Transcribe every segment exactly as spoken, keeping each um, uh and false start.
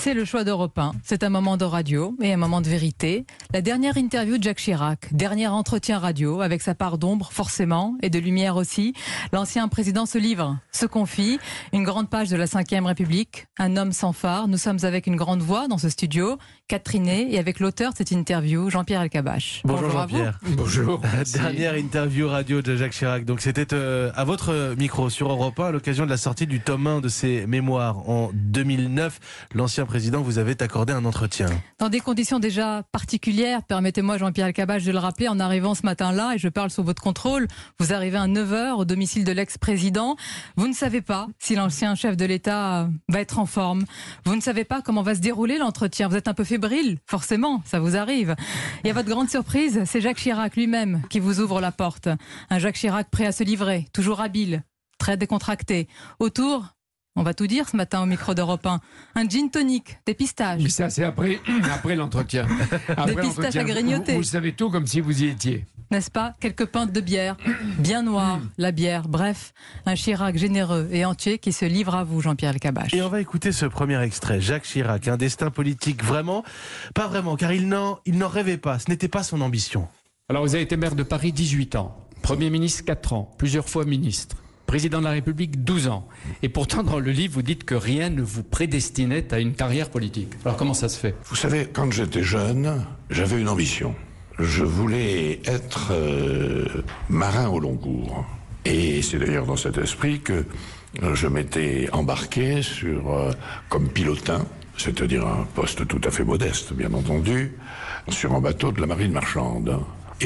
C'est le choix d'Europe un. C'est un moment de radio et un moment de vérité. La dernière interview de Jacques Chirac, dernier entretien radio avec sa part d'ombre forcément et de lumière aussi. L'ancien président se livre, se confie. Une grande page de la cinquième République, un homme sans phare. Nous sommes avec une grande voix dans ce studio, Catherine Ney, et avec l'auteur de cette interview, Jean-Pierre Elkabbach. Bonjour, Bonjour Jean-Pierre. Bonjour. Dernière interview radio de Jacques Chirac. Donc c'était euh, à votre micro sur Europe un à l'occasion de la sortie du tome un de ses mémoires en deux mille neuf. L'ancien président vous avait accordé un entretien. Dans des conditions déjà particulières, permettez-moi Jean-Pierre Elkabbach de le rappeler, en arrivant ce matin-là, et je parle sous votre contrôle, vous arrivez à neuf heures au domicile de l'ex-président. Vous ne savez pas si l'ancien chef de l'État va être en forme. Vous ne savez pas comment va se dérouler l'entretien. Vous êtes un peu fébrile, forcément, ça vous arrive. Et à votre grande surprise, c'est Jacques Chirac lui-même qui vous ouvre la porte. Un Jacques Chirac prêt à se livrer, toujours habile, très décontracté. Autour, on va tout dire ce matin au micro d'Europe un. Un gin tonic, des pistaches. Mais ça, c'est après, après l'entretien. Après des pistaches à grignoter. Vous, vous savez tout comme si vous y étiez. N'est-ce pas? Quelques pintes de bière, bien noire, la bière. Bref, un Chirac généreux et entier qui se livre à vous, Jean-Pierre Elkabbach. Et on va écouter ce premier extrait. Jacques Chirac, un destin politique vraiment, pas vraiment, car il n'en, il n'en rêvait pas. Ce n'était pas son ambition. Alors, vous avez été maire de Paris dix-huit ans, Premier ministre quatre ans, plusieurs fois ministre. Président de la République, douze ans. Et pourtant, dans le livre, vous dites que rien ne vous prédestinait à une carrière politique. Alors, comment ça se fait? Vous savez, quand j'étais jeune, j'avais une ambition. Je voulais être euh, marin au long cours. Et c'est d'ailleurs dans cet esprit que je m'étais embarqué sur, euh, comme pilotin, c'est-à-dire un poste tout à fait modeste, bien entendu, sur un bateau de la marine marchande.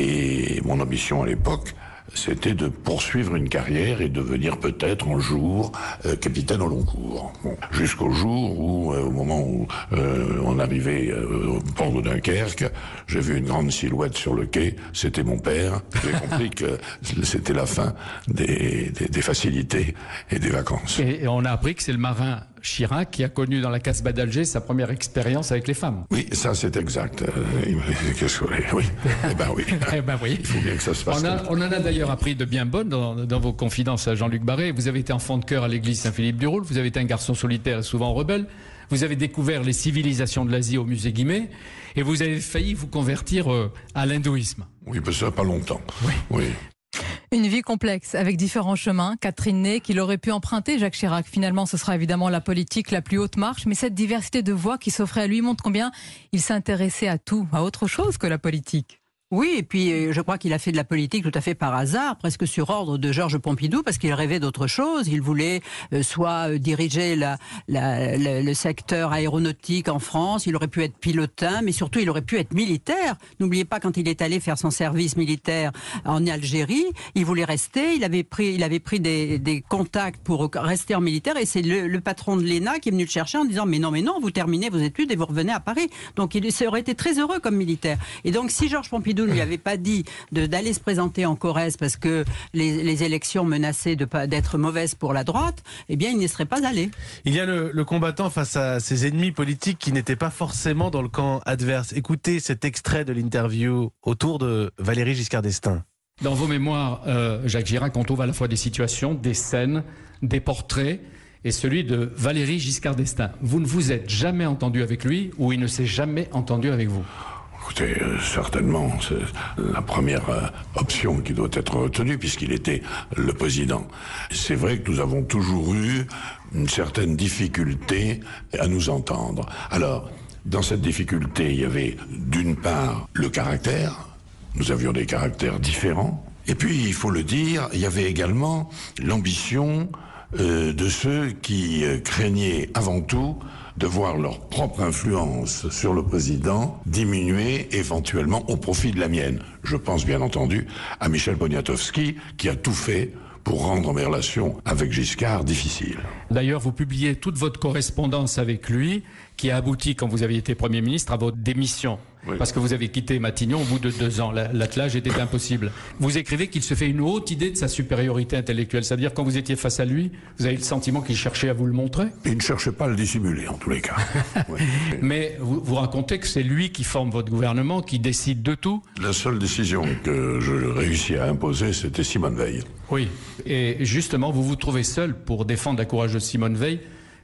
Et mon ambition à l'époque, c'était de poursuivre une carrière et devenir peut-être un jour euh, capitaine au long cours. Bon, jusqu'au jour où, euh, au moment où euh, on arrivait euh, au port de Dunkerque, j'ai vu une grande silhouette sur le quai, c'était mon père. J'ai compris que c'était la fin des, des, des facilités et des vacances. Et, et on a appris que c'est le marin Chirac qui a connu dans la Casbah d'Alger sa première expérience avec les femmes. Oui, ça c'est exact. Euh, qu'est-ce que oui, eh ben oui. eh ben oui. Il faut bien que ça se passe. On, a, on en a d'ailleurs appris de bien bonnes dans, dans vos confidences à Jean-Luc Barré. Vous avez été enfant de chœur à l'église Saint-Philippe-du-Roule. Vous avez été un garçon solitaire et souvent rebelle. Vous avez découvert les civilisations de l'Asie au musée Guimet. Et vous avez failli vous convertir euh, à l'hindouisme. Oui, mais ça pas longtemps. Oui. Oui. Une vie complexe, avec différents chemins. Catherine Ney, qu'il aurait pu emprunter, Jacques Chirac. Finalement, ce sera évidemment la politique, la plus haute marche. Mais cette diversité de voix qui s'offrait à lui montre combien il s'intéressait à tout, à autre chose que la politique. Oui, et puis euh, je crois qu'il a fait de la politique tout à fait par hasard, presque sur ordre de Georges Pompidou, parce qu'il rêvait d'autre chose. Il voulait euh, soit euh, diriger la, la, la, le secteur aéronautique en France, il aurait pu être pilotin, mais surtout il aurait pu être militaire. N'oubliez pas, quand il est allé faire son service militaire en Algérie, il voulait rester, il avait pris, il avait pris des, des contacts pour rester en militaire, et c'est le, le patron de l'E N A qui est venu le chercher en disant « mais non, mais non, vous terminez vos études et vous revenez à Paris ». Donc il aurait été très heureux comme militaire. Et donc si Georges Pompidou ne lui avait pas dit de, d'aller se présenter en Corrèze parce que les, les élections menaçaient de pas, d'être mauvaises pour la droite, eh bien il n'y serait pas allé. Il y a le, le combattant face à ses ennemis politiques qui n'étaient pas forcément dans le camp adverse. Écoutez cet extrait de l'interview autour de Valéry Giscard d'Estaing. Dans vos mémoires, euh, Jacques Chirac, on trouve à la fois des situations, des scènes, des portraits, et celui de Valéry Giscard d'Estaing. Vous ne vous êtes jamais entendu avec lui, ou il ne s'est jamais entendu avec vous? Écoutez, euh, certainement, c'est la première euh, option qui doit être retenue puisqu'il était le président. C'est vrai que nous avons toujours eu une certaine difficulté à nous entendre. Alors, dans cette difficulté, il y avait d'une part le caractère. Nous avions des caractères différents. Et puis, il faut le dire, il y avait également l'ambition euh, de ceux qui euh, craignaient avant tout de voir leur propre influence sur le président diminuer éventuellement au profit de la mienne. Je pense bien entendu à Michel Poniatowski qui a tout fait pour rendre mes relations avec Giscard difficiles. D'ailleurs, vous publiez toute votre correspondance avec lui qui a abouti, quand vous aviez été Premier ministre, à votre démission. Oui. Parce que vous avez quitté Matignon au bout de deux ans. L'attelage était impossible. Vous écrivez qu'il se fait une haute idée de sa supériorité intellectuelle. C'est-à-dire, quand vous étiez face à lui, vous avez le sentiment qu'il cherchait à vous le montrer? Il ne cherchait pas à le dissimuler, en tous les cas. Oui. Mais vous, vous racontez que c'est lui qui forme votre gouvernement, qui décide de tout? La seule décision que je réussis à imposer, c'était Simone Veil. Oui. Et justement, vous vous trouvez seul pour défendre la courageuse Simone Veil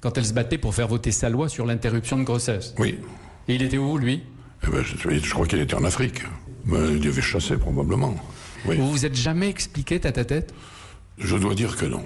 quand elle se battait pour faire voter sa loi sur l'interruption de grossesse. Oui. Et il était où, lui? Eh ben, je, je crois qu'il était en Afrique. Ben, il devait chasser, probablement. Oui. Vous vous êtes jamais expliqué tête à tête? Je dois dire que non.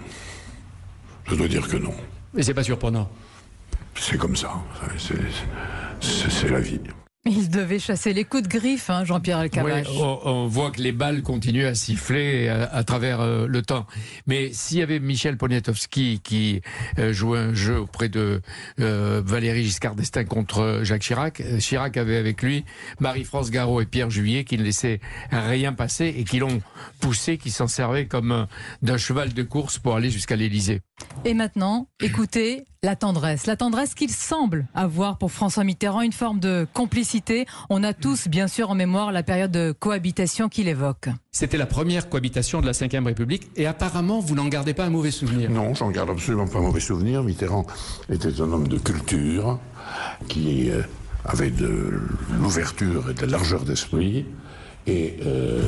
Je dois dire que non. Et c'est pas surprenant. C'est comme ça. C'est, c'est, c'est la vie. Il devait chasser les coups de griffe, hein, Jean-Pierre Elkabbach. Oui, on, on voit que les balles continuent à siffler à, à travers euh, le temps. Mais s'il y avait Michel Poniatowski qui euh, jouait un jeu auprès de euh, Valéry Giscard d'Estaing contre Jacques Chirac, Chirac avait avec lui Marie-France Garot et Pierre Juillet qui ne laissaient rien passer et qui l'ont poussé, qui s'en servaient comme euh, d'un cheval de course pour aller jusqu'à l'Élysée. Et maintenant, écoutez la tendresse. La tendresse qu'il semble avoir pour François Mitterrand, une forme de complicité. On a tous, bien sûr, en mémoire la période de cohabitation qu'il évoque. C'était la première cohabitation de la cinquième République et apparemment, vous n'en gardez pas un mauvais souvenir. Non, j'en garde absolument pas un mauvais souvenir. Mitterrand était un homme de culture qui euh, avait de l'ouverture et de la largeur d'esprit. Et euh,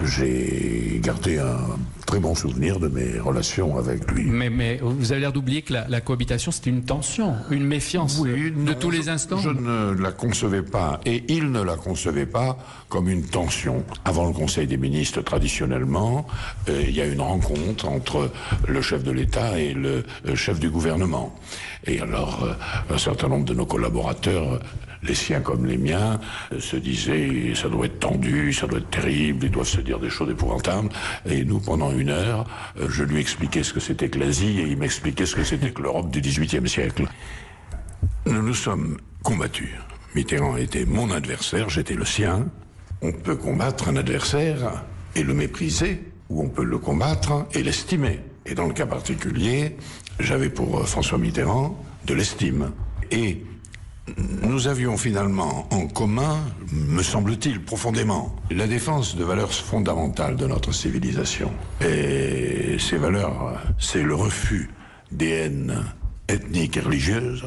j'ai gardé un très bon souvenir de mes relations avec lui. Mais, mais vous avez l'air d'oublier que la, la cohabitation, c'était une tension, une méfiance Oui, de non, tous les je, instants. Je ne la concevais pas, et il ne la concevait pas comme une tension. Avant le Conseil des ministres, traditionnellement, euh, il y a une rencontre entre le chef de l'État et le euh, chef du gouvernement. Et alors, euh, un certain nombre de nos collaborateurs, les siens comme les miens, euh, se disaient, ça doit être tendu, ça doit être terrible, ils doivent se dire des choses épouvantables. Et nous, pendant une heure, euh, je lui expliquais ce que c'était que l'Asie, et il m'expliquait ce que c'était que l'Europe du dix-huitième siècle. Nous nous sommes combattus. Mitterrand était mon adversaire, j'étais le sien. On peut combattre un adversaire et le mépriser, ou on peut le combattre et l'estimer. Et dans le cas particulier, j'avais pour François Mitterrand de l'estime. Et nous avions finalement en commun, me semble-t-il, profondément, la défense de valeurs fondamentales de notre civilisation. Et ces valeurs, c'est le refus des haines ethniques et religieuses,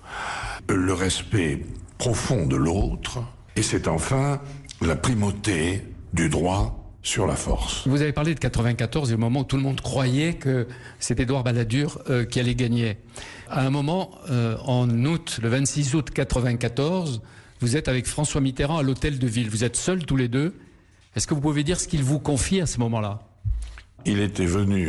le respect profond de l'autre, et c'est enfin la primauté du droit sur la force. Vous avez parlé de quatre-vingt-quatorze et au moment où tout le monde croyait que c'était Édouard Balladur euh, qui allait gagner. À un moment, euh, en août, le vingt-six août quatre-vingt-quatorze, vous êtes avec François Mitterrand à l'hôtel de ville. Vous êtes seuls tous les deux. Est-ce que vous pouvez dire ce qu'il vous confie à ce moment-là ? Il était venu,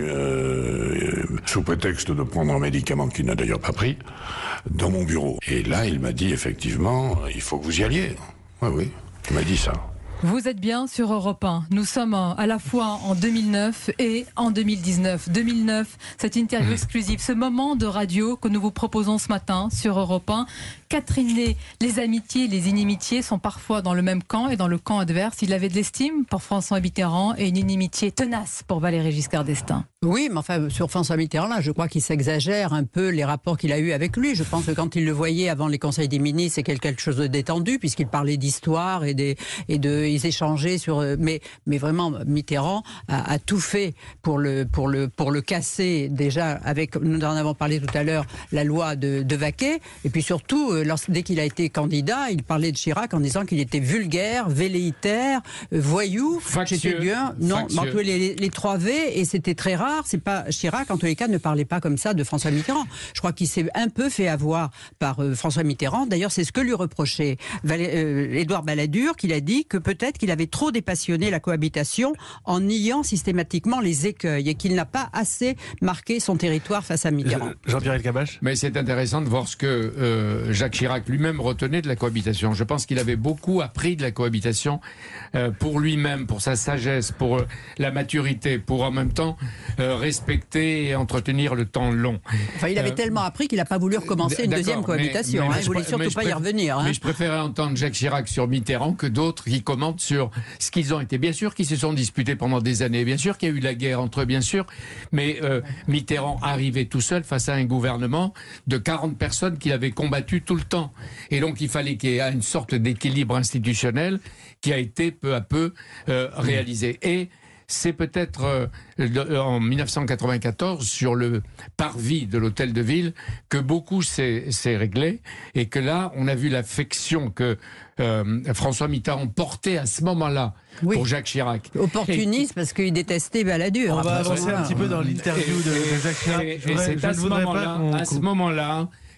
euh, sous prétexte de prendre un médicament qu'il n'a d'ailleurs pas pris, dans mon bureau. Et là, il m'a dit effectivement, il faut que vous y alliez. Oui, oui, il m'a dit ça. Vous êtes bien sur Europe un. Nous sommes à la fois en deux mille neuf et en deux mille dix-neuf. deux mille neuf, cette interview exclusive, ce moment de radio que nous vous proposons ce matin sur Europe un. Catherine Ney, les amitiés, les inimitiés sont parfois dans le même camp et dans le camp adverse. Il avait de l'estime pour François Mitterrand et une inimitié tenace pour Valéry Giscard d'Estaing. Oui, mais enfin, sur François Mitterrand, là, je crois qu'il s'exagère un peu les rapports qu'il a eus avec lui. Je pense que quand il le voyait avant les conseils des ministres, c'est quelque chose de détendu, puisqu'il parlait d'histoire et, des, et de, ils échangeaient sur. Mais, mais vraiment, Mitterrand a, a tout fait pour le, pour le, pour le casser. Déjà, avec, nous en avons parlé tout à l'heure, la loi de, de Vaquet. Et puis surtout, lorsque, dès qu'il a été candidat, il parlait de Chirac en disant qu'il était vulgaire, velléitaire, voyou. Factieux. Bien, non, Factieux. les, les trois V, et c'était très rare. C'est pas Chirac, en tous les cas, ne parlait pas comme ça de François Mitterrand. Je crois qu'il s'est un peu fait avoir par euh, François Mitterrand. D'ailleurs, c'est ce que lui reprochait Valé- euh, Édouard Balladur, qu'il a dit que peut-être qu'il avait trop dépassionné la cohabitation en niant systématiquement les écueils et qu'il n'a pas assez marqué son territoire face à Mitterrand. Jean-Pierre Elkabbach. Mais c'est intéressant de voir ce que euh, Jacques Chirac lui-même retenait de la cohabitation. Je pense qu'il avait beaucoup appris de la cohabitation euh, pour lui-même, pour sa sagesse, pour euh, la maturité, pour en même temps euh, respecter et entretenir le temps long. Enfin, il avait Euh, tellement appris qu'il n'a pas voulu recommencer une D'accord, deuxième cohabitation. mais- mais hein. Il je voulait pr- surtout mais je pas y préfère- revenir. Hein. Mais je préférais entendre Jacques Chirac sur Mitterrand que d'autres qui commentent sur ce qu'ils ont été. Bien sûr qu'ils se sont disputés pendant des années, bien sûr qu'il y a eu la guerre entre eux, bien sûr, mais euh, Mitterrand arrivait tout seul face à un gouvernement de quarante personnes qu'il avait combattu tout le temps. Et donc il fallait qu'il y ait une sorte d'équilibre institutionnel qui a été peu à peu euh, réalisé. Et c'est peut-être euh, en mille neuf cent quatre-vingt-quatorze, sur le parvis de l'hôtel de ville, que beaucoup s'est, s'est réglé et que là, on a vu l'affection que euh, François Mitterrand portait à ce moment-là Oui. pour Jacques Chirac. Opportuniste parce qu'il détestait Balladur. On va Après, avancer voilà. un petit peu dans l'interview de, de Jacques Chirac. Et, Je et voudrais- c'est je à ne ce voudrais pas moment-là, qu'on à ce coupe. moment-là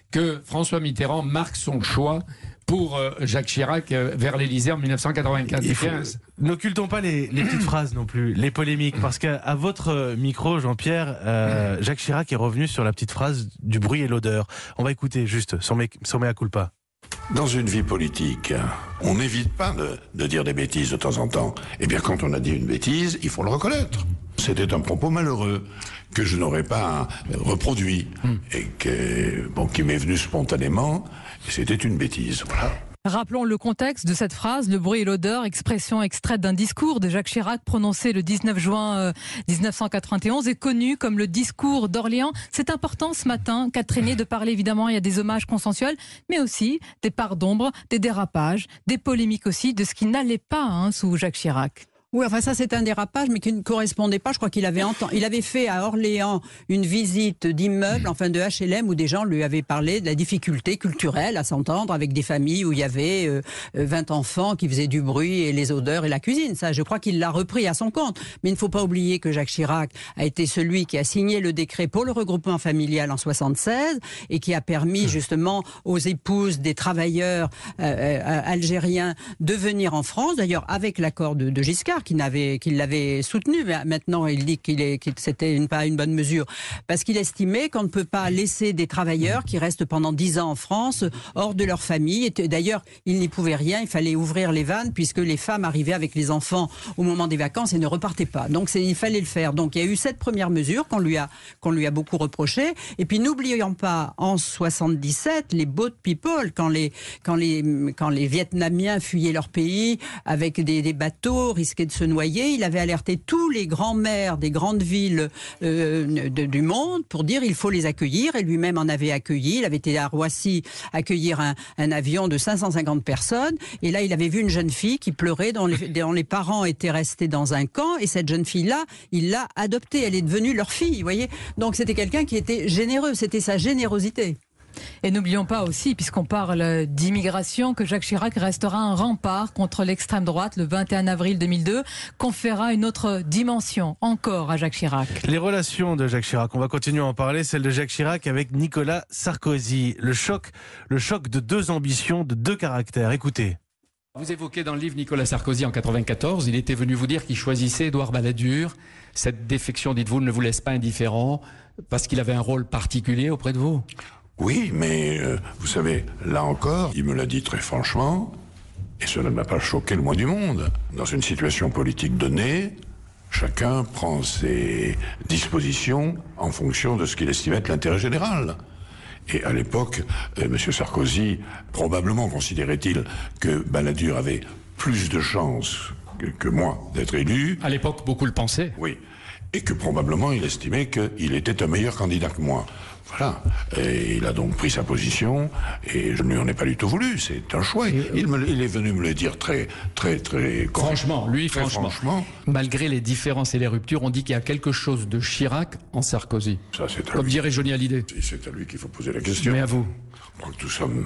que François Mitterrand marque son choix pour euh, Jacques Chirac euh, vers l'Élysée en mille neuf cent quatre-vingt-quinze. N'occultons pas les, les petites phrases non plus, les polémiques, parce qu'à à votre micro, Jean-Pierre, euh, Jacques Chirac est revenu sur la petite phrase du bruit et l'odeur. On va écouter juste, sans mea, sans mea culpa. Dans une vie politique, on n'évite pas de, de dire des bêtises de temps en temps. Eh bien, quand on a dit une bêtise, il faut le reconnaître. C'était un propos malheureux que je n'aurais pas reproduit et que, bon, qui m'est venu spontanément. C'était une bêtise, voilà. Rappelons le contexte de cette phrase, le bruit et l'odeur, expression extraite d'un discours de Jacques Chirac prononcé le dix-neuf juin mille neuf cent quatre-vingt-onze et connu comme le discours d'Orléans. C'est important ce matin, Catherine, de parler évidemment, il y a des hommages consensuels, mais aussi des parts d'ombre, des dérapages, des polémiques aussi de ce qui n'allait pas hein, sous Jacques Chirac. Oui, enfin ça c'est un dérapage, mais qui ne correspondait pas. Je crois qu'il avait entendu, il avait fait à Orléans une visite d'immeubles, enfin de H L M, où des gens lui avaient parlé de la difficulté culturelle à s'entendre avec des familles où il y avait euh, vingt enfants qui faisaient du bruit et les odeurs et la cuisine. Ça, je crois qu'il l'a repris à son compte. Mais il ne faut pas oublier que Jacques Chirac a été celui qui a signé le décret pour le regroupement familial en soixante-seize et qui a permis justement aux épouses des travailleurs euh, euh, algériens de venir en France, d'ailleurs avec l'accord de, de Giscard, qui n'avait, qui l'avait soutenu, mais maintenant il dit qu'il est, que c'était une, pas une bonne mesure, parce qu'il estimait qu'on ne peut pas laisser des travailleurs qui restent pendant dix ans en France hors de leur famille. Et d'ailleurs, il n'y pouvait rien, il fallait ouvrir les vannes puisque les femmes arrivaient avec les enfants au moment des vacances et ne repartaient pas. Donc c'est, il fallait le faire. Donc il y a eu cette première mesure qu'on lui a, qu'on lui a beaucoup reproché. Et puis n'oublions pas, en soixante-dix-sept, les boat people, quand les, quand les, quand les Vietnamiens fuyaient leur pays avec des, des bateaux, risquaient de se noyer, il avait alerté tous les grands maires des grandes villes euh, de, du monde pour dire il faut les accueillir, et lui-même en avait accueilli. Il avait été à Roissy accueillir un, un avion de cinq cent cinquante personnes, et là il avait vu une jeune fille qui pleurait, dont les, dont les parents étaient restés dans un camp, et cette jeune fille-là, il l'a adoptée, elle est devenue leur fille, vous voyez. Donc c'était quelqu'un qui était généreux, c'était sa générosité. Et n'oublions pas aussi, puisqu'on parle d'immigration, que Jacques Chirac restera un rempart contre l'extrême droite le vingt et un avril deux mille deux, conférera une autre dimension encore à Jacques Chirac. Les relations de Jacques Chirac, on va continuer à en parler, celle de Jacques Chirac avec Nicolas Sarkozy. Le choc, le choc de deux ambitions, de deux caractères. Écoutez. Vous évoquez dans le livre Nicolas Sarkozy en quatre-vingt-quatorze, il était venu vous dire qu'il choisissait Édouard Balladur. Cette défection, dites-vous, ne vous laisse pas indifférent parce qu'il avait un rôle particulier auprès de vous? Oui, mais euh, vous savez, là encore, il me l'a dit très franchement, et cela ne m'a pas choqué le moins du monde. Dans une situation politique donnée, chacun prend ses dispositions en fonction de ce qu'il estime être l'intérêt général. Et à l'époque, euh, M. Sarkozy, probablement considérait-il que Balladur avait plus de chances que, que moi d'être élu. À l'époque, beaucoup le pensaient. Oui. Et que probablement il estimait qu'il était un meilleur candidat que moi. Voilà. Et il a donc pris sa position, et je ne lui en ai pas du tout voulu. C'est un choix. Il, me, il est venu me le dire très, très, très... Franchement, lui, très franchement, franchement. Malgré les différences et les ruptures, on dit qu'il y a quelque chose de Chirac en Sarkozy. Ça, c'est à Comme lui. dirait Johnny Hallyday. C'est à lui qu'il faut poser la question. Mais à vous. Donc nous sommes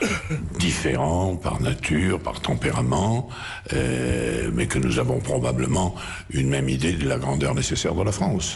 différents par nature, par tempérament, euh, mais que nous avons probablement une même idée de la grandeur nécessaire de la France.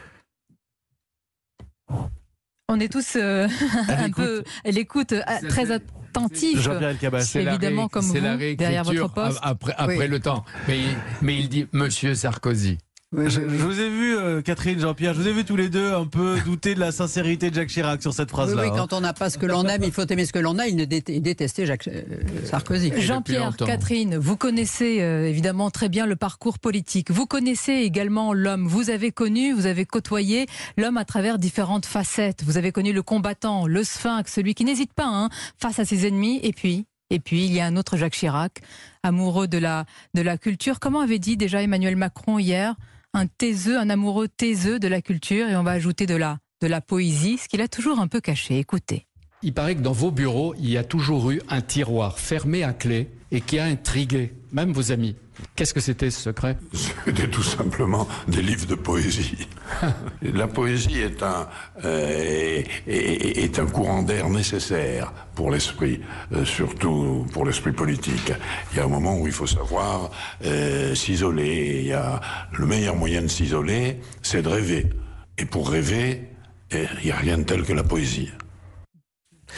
On est tous euh, un peu à l'écoute, très attentifs. Jean-Pierre Elkabbach. C'est évidemment la ré, comme c'est vous, la derrière votre poste. Après, après Oui. le temps. Mais, mais il dit Monsieur Sarkozy. Je, je vous ai vu, euh, Catherine, Jean-Pierre, je vous ai vu tous les deux un peu douter de la sincérité de Jacques Chirac sur cette Oui, phrase-là. oui, hein. quand on n'a pas ce que l'on aime, il faut aimer ce que l'on a. Il, ne dé- il détestait Jacques euh, Sarkozy. Jean-Pierre, longtemps. Catherine, vous connaissez euh, évidemment très bien le parcours politique. Vous connaissez également l'homme. Vous avez connu, vous avez côtoyé l'homme à travers différentes facettes. Vous avez connu le combattant, le sphinx, celui qui n'hésite pas hein, face à ses ennemis. Et puis, et puis, il y a un autre Jacques Chirac, amoureux de la, de la culture. Comment avait dit déjà Emmanuel Macron hier ? Un taiseux, un amoureux taiseux de la culture, et on va ajouter de la, de la poésie, ce qu'il a toujours un peu caché. Écoutez. Il paraît que dans vos bureaux, il y a toujours eu un tiroir fermé à clé et qui a intrigué même vos amis. Qu'est-ce que c'était ce secret? C'était tout simplement des livres de poésie. La poésie est un, euh, est, est, est un courant d'air nécessaire pour l'esprit, euh, surtout pour l'esprit politique. Il y a un moment où il faut savoir euh, s'isoler. Il y a le meilleur moyen de s'isoler, c'est de rêver. Et pour rêver, il n'y a rien de tel que la poésie.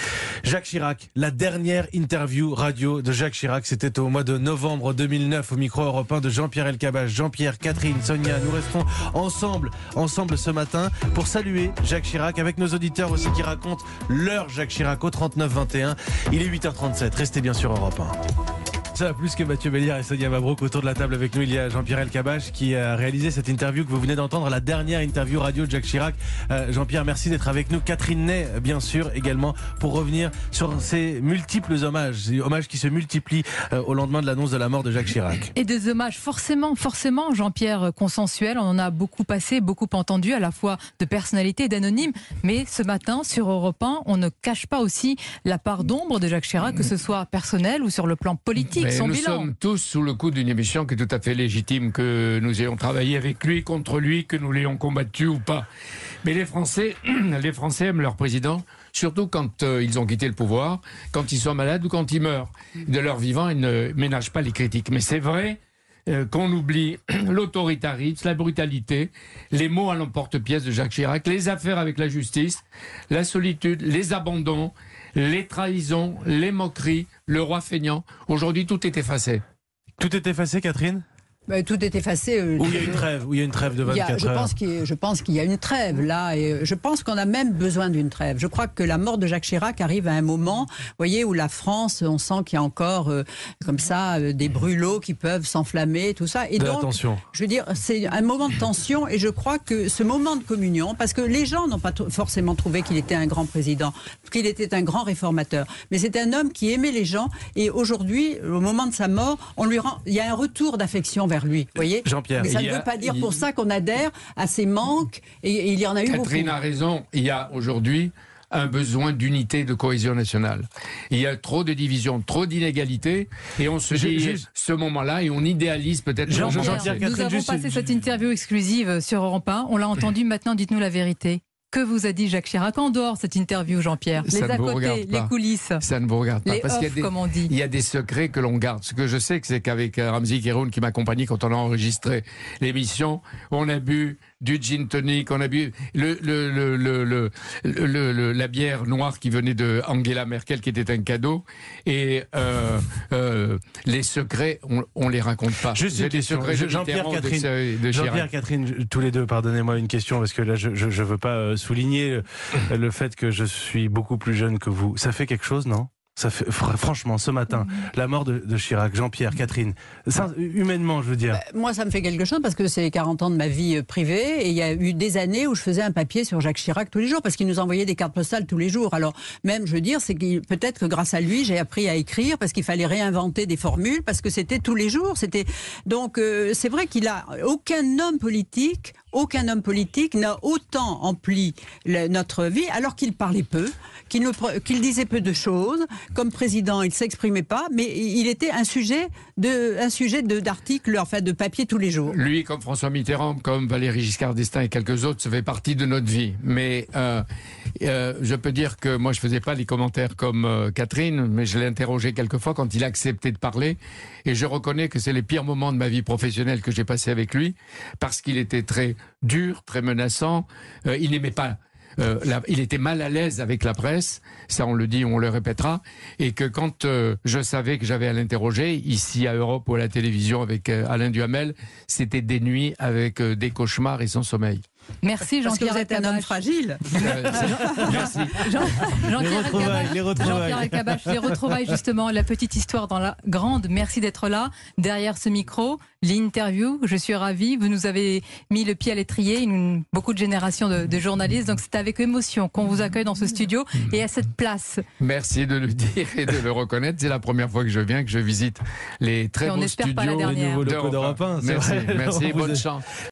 Jacques Chirac, la dernière interview radio de Jacques Chirac, c'était au mois de novembre deux mille neuf au micro européen de Jean-Pierre Elkabbach. Jean-Pierre, Catherine, Sonia, nous restons ensemble, ensemble ce matin pour saluer Jacques Chirac avec nos auditeurs aussi qui racontent leur Jacques Chirac au trente-neuf vingt et un. Il est huit heures trente-sept, restez bien sur Europe un. Ça va plus que Mathieu Béliard et Sonia Mabrouk autour de la table avec nous. Il y a Jean-Pierre Elkabbach qui a réalisé cette interview que vous venez d'entendre, la dernière interview radio de Jacques Chirac. Euh, Jean-Pierre, merci d'être avec nous. Catherine Ney, bien sûr, également, pour revenir sur ces multiples hommages, ces hommages qui se multiplient euh, au lendemain de l'annonce de la mort de Jacques Chirac. Et des hommages forcément, forcément, Jean-Pierre, consensuels. On en a beaucoup passé, beaucoup entendu, à la fois de personnalités et d'anonymes. Mais ce matin, sur Europe un, on ne cache pas aussi la part d'ombre de Jacques Chirac, que ce soit personnel ou sur le plan politique. Mais son nous bilan. sommes tous sous le coup d'une émission qui est tout à fait légitime, que nous ayons travaillé avec lui, contre lui, que nous l'ayons combattu ou pas. Mais les Français, les Français aiment leur président, surtout quand euh, ils ont quitté le pouvoir, quand ils sont malades ou quand ils meurent. De leur vivant, ils ne ménagent pas les critiques. Mais c'est vrai euh, qu'on oublie l'autoritarisme, la brutalité, les mots à l'emporte-pièce de Jacques Chirac, les affaires avec la justice, la solitude, les abandons, les trahisons, les moqueries, le roi feignant. Aujourd'hui, tout est effacé. Tout est effacé, Catherine ? Ben, tout est effacé. Euh, Où il y a une trêve, où il y a une trêve de il y a- vingt-quatre je heures. pense qu'il, je pense qu'il y a une trêve là, et je pense qu'on a même besoin d'une trêve. Je crois que la mort de Jacques Chirac arrive à un moment, vous voyez, où la France, on sent qu'il y a encore euh, comme ça euh, des brûlots qui peuvent s'enflammer, tout ça. Et De la donc, tension. je veux dire, c'est un moment de tension, et je crois que ce moment de communion, parce que les gens n'ont pas t- forcément trouvé qu'il était un grand président, qu'il était un grand réformateur, mais c'est un homme qui aimait les gens, et aujourd'hui, au moment de sa mort, on lui rend, il y a un retour d'affection vers lui, vous voyez. Jean-Pierre, Mais ça il ne y a- veut pas dire il- pour ça qu'on adhère à ces manques, et, et il y en a eu Catherine beaucoup. a raison, il y a aujourd'hui un besoin d'unité, de cohésion nationale. Il y a trop de divisions, trop d'inégalités, et on se Je- dit je- ce moment-là, et on idéalise peut-être Jean- le moment. Jean-Pierre, Nous Catherine, avons juste- passé cette interview exclusive sur Europe un. On l'a entendu, maintenant dites-nous la vérité. Que vous a dit Jacques Chirac en dehors de cette interview, Jean-Pierre? Ça Les ne à vous côté, regarde les pas. coulisses, Ça ne vous regarde pas. les parce qu'il y a off, des, comme on dit. il y a des secrets que l'on garde. Ce que je sais, c'est qu'avec euh, Ramzi Kéroun, qui m'accompagnait quand on a enregistré l'émission, on a bu du gin tonic, on a bu le, le, le, le, le, le- le- la bière noire qui venait de Angela Merkel, qui était un cadeau. Et euh, euh, les secrets, on, on les raconte pas. Juste J'ai une des question. secrets de Jean-Pierre, Mitterrand, de- Catherine. de Chirac. Jean-Pierre, Catherine, je- tous les deux, pardonnez-moi une question, parce que là, je ne veux pas euh, souligner le, le fait que je suis beaucoup plus jeune que vous. Ça fait quelque chose, non? Ça fait, fr- franchement, ce matin, la mort de, de Chirac, Jean-Pierre, Catherine, ça, humainement, je veux dire. Moi, ça me fait quelque chose parce que c'est quarante ans de ma vie euh, privée, et il y a eu des années où je faisais un papier sur Jacques Chirac tous les jours parce qu'il nous envoyait des cartes postales tous les jours. Alors, même, je veux dire, c'est que peut-être que grâce à lui, j'ai appris à écrire parce qu'il fallait réinventer des formules parce que c'était tous les jours. C'était donc euh, c'est vrai qu'il a aucun homme politique. Aucun homme politique n'a autant empli le- notre vie, alors qu'il parlait peu, qu'il, ne pre- qu'il disait peu de choses. Comme président, il ne s'exprimait pas, mais il était un sujet de, un sujet de, d'articles, enfin de papier tous les jours. Lui, comme François Mitterrand, comme Valéry Giscard d'Estaing et quelques autres, ça fait partie de notre vie. Mais euh, euh, je peux dire que moi, je faisais pas les commentaires comme euh, Catherine, mais je l'ai interrogé quelques fois quand il a accepté de parler. Et je reconnais que c'est les pires moments de ma vie professionnelle que j'ai passé avec lui, parce qu'il était très dur, très menaçant. Euh, il n'aimait pas... Euh, la- il était mal à l'aise avec la presse, ça on le dit, on le répétera, et que quand euh, je savais que j'avais à l'interroger, ici à Europe ou à la télévision avec euh, Alain Duhamel, c'était des nuits avec euh, des cauchemars et sans sommeil. Merci Parce que Jean-Pierre vous êtes un homme Elkabbach. fragile. Euh, Merci. Jean- Jean-Pierre Les retrouvailles, Elkabbach. les retrouvailles. Jean-Pierre Elkabbach, les retrouvailles justement, la petite histoire dans la grande. Merci d'être là, derrière ce micro, l'interview. Je suis ravie. Vous nous avez mis le pied à l'étrier, une, beaucoup de générations de, de journalistes. Donc c'est avec émotion qu'on vous accueille dans ce studio et à cette place. Merci de le dire et de le reconnaître. C'est la première fois que je viens, que je visite les très Et on beaux espère studios pas la dernière. Les nouveaux locaux d'Europe d'Europe un, c'est Merci, vrai. merci, On vous bonne a- chance.